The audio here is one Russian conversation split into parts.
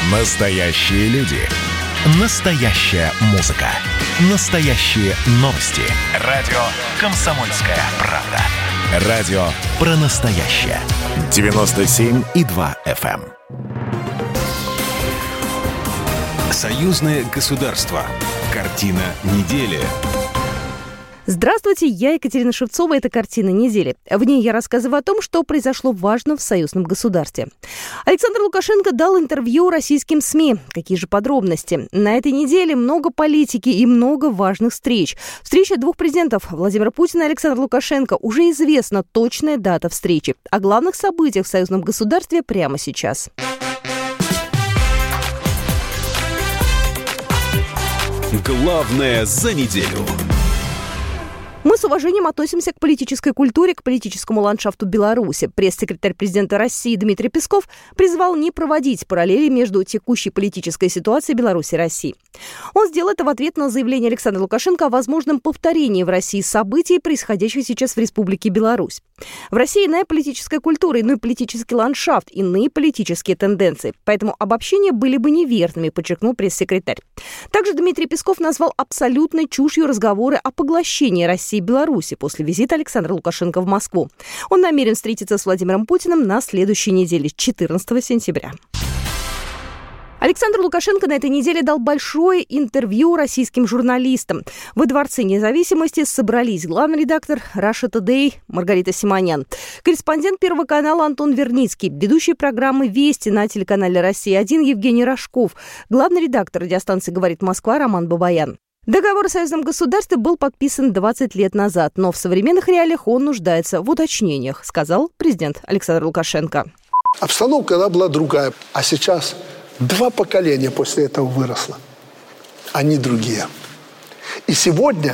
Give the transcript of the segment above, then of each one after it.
Настоящие люди. Настоящая музыка. Настоящие новости. Радио «Комсомольская правда». Радио про настоящее. 97,2 FM. Союзное государство. Картина недели. Здравствуйте, я Екатерина Шевцова, это «Картина недели». В ней я рассказываю о том, что произошло важно в союзном государстве. Александр Лукашенко дал интервью российским СМИ. Какие же подробности? На этой неделе много политики и много важных встреч. Встреча двух президентов Владимира Путина и Александра Лукашенко. Уже известна точная дата встречи. О главных событиях в союзном государстве прямо сейчас. Главное за неделю. Мы с уважением относимся к политической культуре, к политическому ландшафту Беларуси. Пресс-секретарь президента России Дмитрий Песков призвал не проводить параллели между текущей политической ситуацией Беларуси и России. Он сделал это в ответ на заявление Александра Лукашенко о возможном повторении в России событий, происходящих сейчас в Республике Беларусь. В России иная политическая культура, иной политический ландшафт, иные политические тенденции. Поэтому обобщения были бы неверными, подчеркнул пресс-секретарь. Также Дмитрий Песков назвал абсолютной чушью разговоры о поглощении России и Беларуси после визита Александра Лукашенко в Москву. Он намерен встретиться с Владимиром Путиным на следующей неделе, 14 сентября. Александр Лукашенко на этой неделе дал большое интервью российским журналистам. Во Дворце независимости собрались главный редактор Russia Today Маргарита Симонян, корреспондент Первого канала Антон Верницкий, ведущий программы «Вести» на телеканале «Россия-1» Евгений Рожков, главный редактор радиостанции «Говорит Москва» Роман Бабаян. Договор о союзном государстве был подписан 20 лет назад, но в современных реалиях он нуждается в уточнениях, сказал президент Александр Лукашенко. Обстановка она была другая, а сейчас 2 поколения после этого выросло. Они другие. И сегодня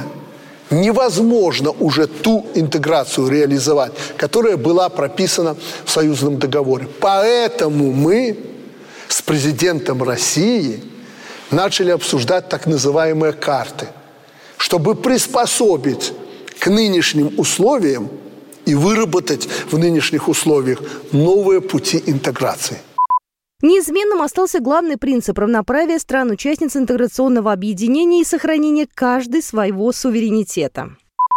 невозможно уже ту интеграцию реализовать, которая была прописана в союзном договоре. Поэтому мы с президентом России начали обсуждать так называемые карты, чтобы приспособить к нынешним условиям и выработать в нынешних условиях новые пути интеграции. Неизменным остался главный принцип равноправия стран-участниц интеграционного объединения и сохранения каждой своего суверенитета.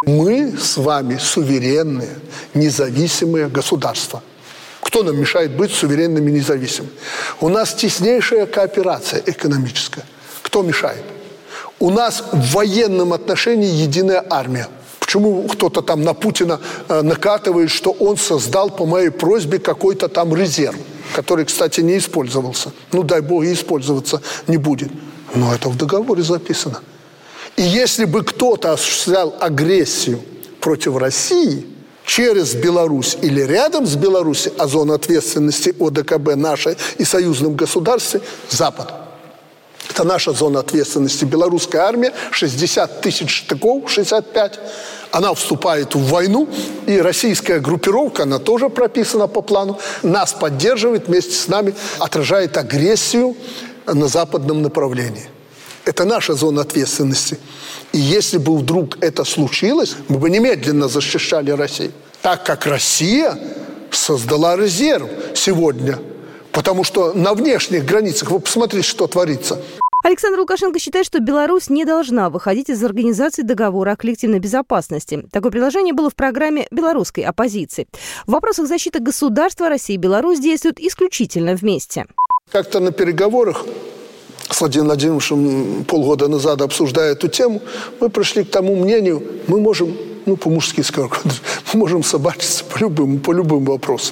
Мы с вами суверенные, независимые государства. Кто нам мешает быть суверенными и независимыми? У нас теснейшая кооперация экономическая. Кто мешает? У нас в военном отношении единая армия. Почему кто-то там на Путина накатывает, что он создал по моей просьбе какой-то там резерв, который, кстати, не использовался? Ну, дай бог, и использоваться не будет. Но это в договоре записано. И если бы кто-то осуществлял агрессию против России через Беларусь или рядом с Беларусью, а зона ответственности ОДКБ наша и союзном государстве – Запад. Это наша зона ответственности. Белорусская армия, 60 тысяч штыков, 65. Она вступает в войну, и российская группировка, она тоже прописана по плану, нас поддерживает, вместе с нами отражает агрессию на западном направлении. Это наша зона ответственности. И если бы вдруг это случилось, мы бы немедленно защищали Россию. Так как Россия создала резерв сегодня. Потому что на внешних границах, вы посмотрите, что творится. Александр Лукашенко считает, что Беларусь не должна выходить из организации договора о коллективной безопасности. Такое предложение было в программе белорусской оппозиции. В вопросах защиты государства Россия и Беларусь действуют исключительно вместе. Как-то на переговорах с Владимиром Владимировичем полгода назад, обсуждая эту тему, мы пришли к тому мнению, мы можем, по-мужски скажу, мы можем собачиться по любым вопросам.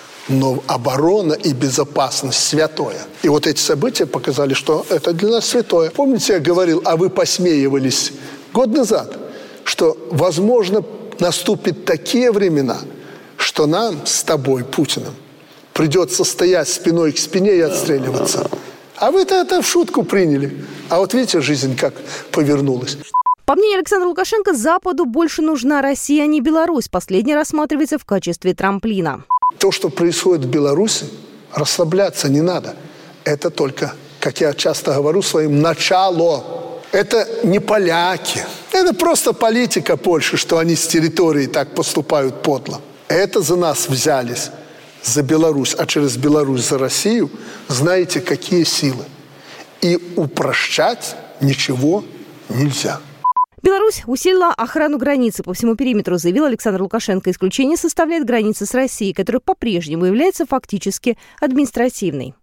Но оборона и безопасность святое. И вот эти события показали, что это для нас святое. Помните, я говорил, а вы посмеивались год назад, что, возможно, наступят такие времена, что нам с тобой, Путиным, придется стоять спиной к спине и отстреливаться. А вы-то это в шутку приняли. А вот видите, жизнь как повернулась. По мнению Александра Лукашенко, Западу больше нужна Россия, а не Беларусь. Последняя рассматривается в качестве трамплина. То, что происходит в Беларуси, расслабляться не надо. Это только, как я часто говорю своим, начало. Это не поляки. Это просто политика Польши, что они с территории так поступают подло. Это за нас взялись за Беларусь, а через Беларусь за Россию, знаете, какие силы. И упрощать ничего нельзя. Беларусь усилила охрану границы по всему периметру, заявил Александр Лукашенко. Исключение составляет граница с Россией, которая по-прежнему является фактически административной.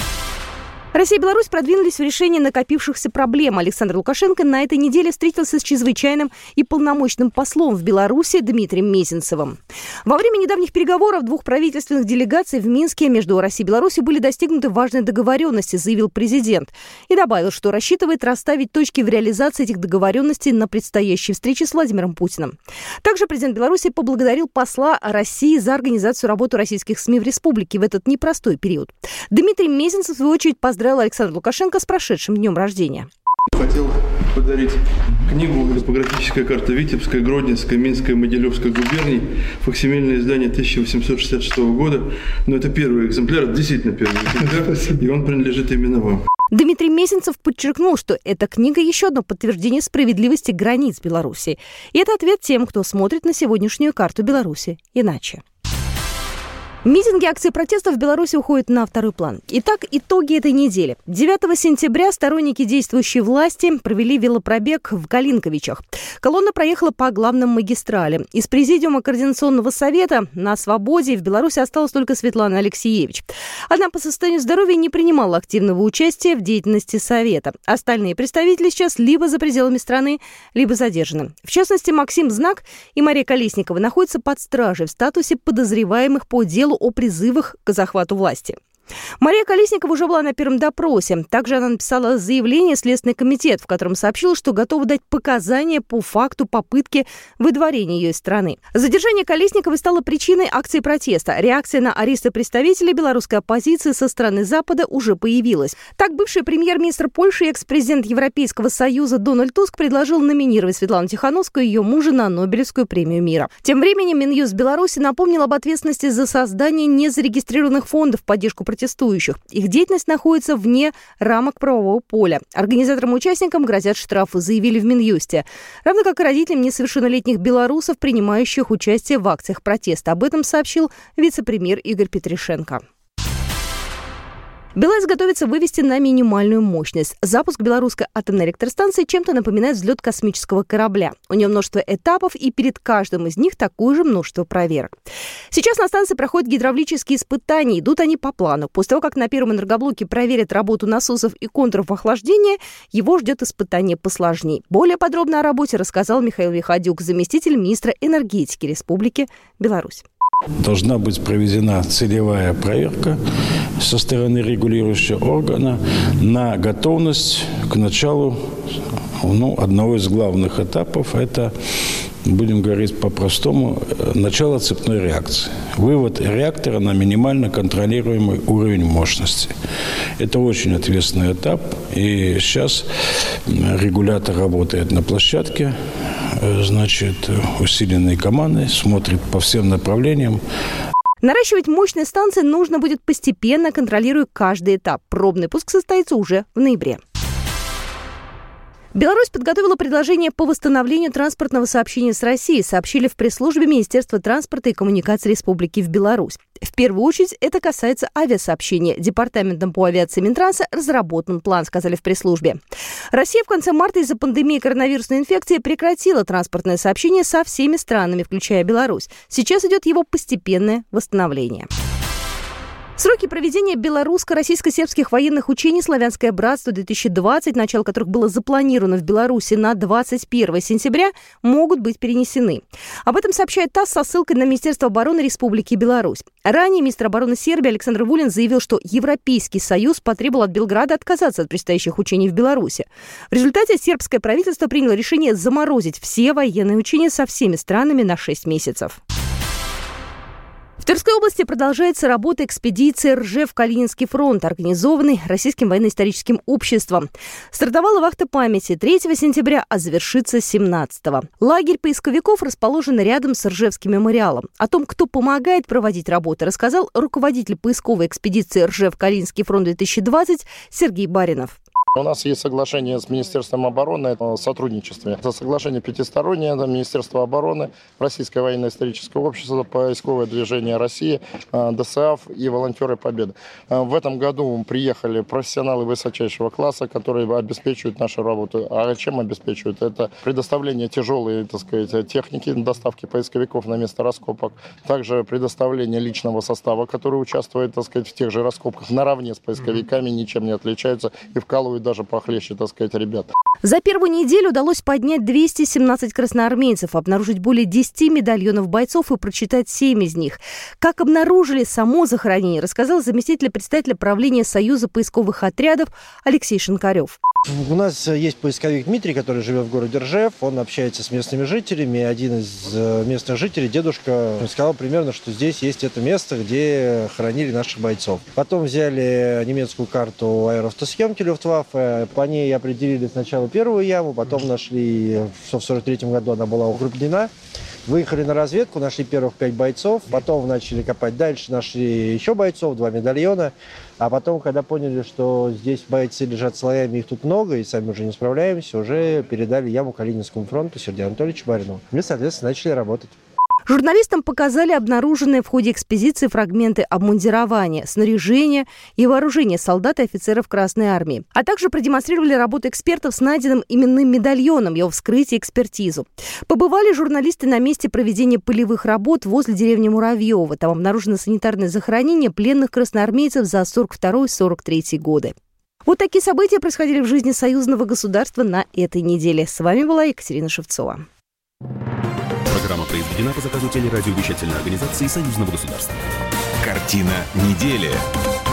Россия и Беларусь продвинулись в решении накопившихся проблем. Александр Лукашенко на этой неделе встретился с чрезвычайным и полномочным послом в Беларуси Дмитрием Мезенцевым. Во время недавних переговоров двух правительственных делегаций в Минске между Россией и Беларусью были достигнуты важные договоренности, заявил президент. И добавил, что рассчитывает расставить точки в реализации этих договоренностей на предстоящей встрече с Владимиром Путиным. Также президент Беларуси поблагодарил посла России за организацию работы российских СМИ в республике в этот непростой период. Дмитрий Мезенцев, в свою очередь, поздравил Александра Лукашенко с прошедшим днем рождения. Хотел подарить книгу «Топографическая карта Витебской, Гродненской, Минской, Могилевской губерний», факсимильное издание 1866 года. Но это первый экземпляр, действительно первый экземпляр, и он принадлежит именно вам. Дмитрий Мезенцев подчеркнул, что эта книга еще одно подтверждение справедливости границ Беларуси. И это ответ тем, кто смотрит на сегодняшнюю карту Беларуси иначе. Митинги, акции протеста в Беларуси уходят на второй план. Итак, итоги этой недели. 9 сентября сторонники действующей власти провели велопробег в Калинковичах. Колонна проехала по главным магистралям. Из Президиума Координационного совета на свободе в Беларуси осталась только Светлана Алексеевич. Она по состоянию здоровья не принимала активного участия в деятельности совета. Остальные представители сейчас либо за пределами страны, либо задержаны. В частности, Максим Знак и Мария Колесникова находятся под стражей в статусе подозреваемых по делу о призывах к захвату власти. Мария Колесникова уже была на первом допросе. Также она написала заявление в Следственный комитет, в котором сообщила, что готова дать показания по факту попытки выдворения ее из страны. Задержание Колесниковой стало причиной акции протеста. Реакция на аресты представителей белорусской оппозиции со стороны Запада уже появилась. Так, бывший премьер-министр Польши и экс-президент Европейского Союза Дональд Туск предложил номинировать Светлану Тихановскую и ее мужа на Нобелевскую премию мира. Тем временем Минюст Беларуси напомнил об ответственности за создание незарегистрированных фондов в поддержку протестующих. Их деятельность находится вне рамок правового поля. Организаторам и участникам грозят штрафы, заявили в Минюсте. Равно как и родителям несовершеннолетних белорусов, принимающих участие в акциях протеста. Об этом сообщил вице-премьер Игорь Петришенко. БелАЭС готовится вывести на минимальную мощность. Запуск белорусской атомной электростанции чем-то напоминает взлет космического корабля. У нее множество этапов, и перед каждым из них такое же множество проверок. Сейчас на станции проходят гидравлические испытания. Идут они по плану. После того, как на первом энергоблоке проверят работу насосов и контуров охлаждения, его ждет испытание посложнее. Более подробно о работе рассказал Михаил Вихадюк, заместитель министра энергетики Республики Беларусь. Должна быть проведена целевая проверка со стороны регулирующего органа на готовность к началу одного из главных этапов. Это, будем говорить по-простому, начало цепной реакции. Вывод реактора на минимально контролируемый уровень мощности. Это очень ответственный этап. И сейчас регулятор работает на площадке, усиленной командой, смотрит по всем направлениям. Наращивать мощные станции нужно будет постепенно, контролируя каждый этап. Пробный пуск состоится уже в ноябре. Беларусь подготовила предложение по восстановлению транспортного сообщения с Россией, сообщили в пресс-службе Министерства транспорта и коммуникаций Республики в Беларусь. В первую очередь это касается авиасообщения. Департаментом по авиации Минтранса разработан план, сказали в пресс-службе. Россия в конце марта из-за пандемии коронавирусной инфекции прекратила транспортное сообщение со всеми странами, включая Беларусь. Сейчас идет его постепенное восстановление. Сроки проведения белорусско-российско-сербских военных учений «Славянское братство-2020», начало которых было запланировано в Беларуси на 21 сентября, могут быть перенесены. Об этом сообщает ТАСС со ссылкой на Министерство обороны Республики Беларусь. Ранее министр обороны Сербии Александр Вулин заявил, что Европейский Союз потребовал от Белграда отказаться от предстоящих учений в Беларуси. В результате сербское правительство приняло решение заморозить все военные учения со всеми странами на 6 месяцев. В Тверской области продолжается работа экспедиции Ржев-Калининский фронт, организованной Российским военно-историческим обществом. Стартовала вахта памяти 3 сентября, а завершится 17-го. Лагерь поисковиков расположен рядом с Ржевским мемориалом. О том, кто помогает проводить работы, рассказал руководитель поисковой экспедиции Ржев-Калининский фронт 2020 Сергей Баринов. У нас есть соглашение с Министерством обороны о сотрудничестве. Это соглашение пятистороннее, это Министерство обороны, Российское военно-историческое общество, поисковое движение России, ДСАФ и волонтеры Победы. В этом году приехали профессионалы высочайшего класса, которые обеспечивают нашу работу. А чем обеспечивают? Это предоставление тяжелой, так сказать, техники, доставки поисковиков на место раскопок, также предоставление личного состава, который участвует, так сказать, в тех же раскопках наравне с поисковиками, ничем не отличаются и вкалывают даже похлеще, так сказать, ребята. За первую неделю удалось поднять 217 красноармейцев, обнаружить более 10 медальонов бойцов и прочитать 7 из них. Как обнаружили само захоронение, рассказал заместитель председателя правления Союза поисковых отрядов Алексей Шинкарев. У нас есть поисковик Дмитрий, который живет в городе Ржев. Он общается с местными жителями. Один из местных жителей, дедушка, сказал примерно, что здесь есть это место, где хоронили наших бойцов. Потом взяли немецкую карту аэроавтосъемки Люфтваффе. По ней определили сначала первую яму, потом нашли, что в 1943 году она была укрупнена. Выехали на разведку, нашли первых 5 бойцов, потом начали копать дальше, нашли еще бойцов, 2 медальона. А потом, когда поняли, что здесь бойцы лежат слоями, их тут много, и сами уже не справляемся, уже передали яму Калининскому фронту Сергею Анатольевичу Барину. Мы, соответственно, начали работать. Журналистам показали обнаруженные в ходе экспедиции фрагменты обмундирования, снаряжения и вооружения солдат и офицеров Красной Армии, а также продемонстрировали работу экспертов с найденным именным медальоном, его вскрытие и экспертизу. Побывали журналисты на месте проведения полевых работ возле деревни Муравьево. Там обнаружено санитарное захоронение пленных красноармейцев за 1942-1943 годы. Вот такие события происходили в жизни союзного государства на этой неделе. С вами была Екатерина Шевцова. Программа произведена по заказу телерадиовещательной организации Союзного государства. Картина недели.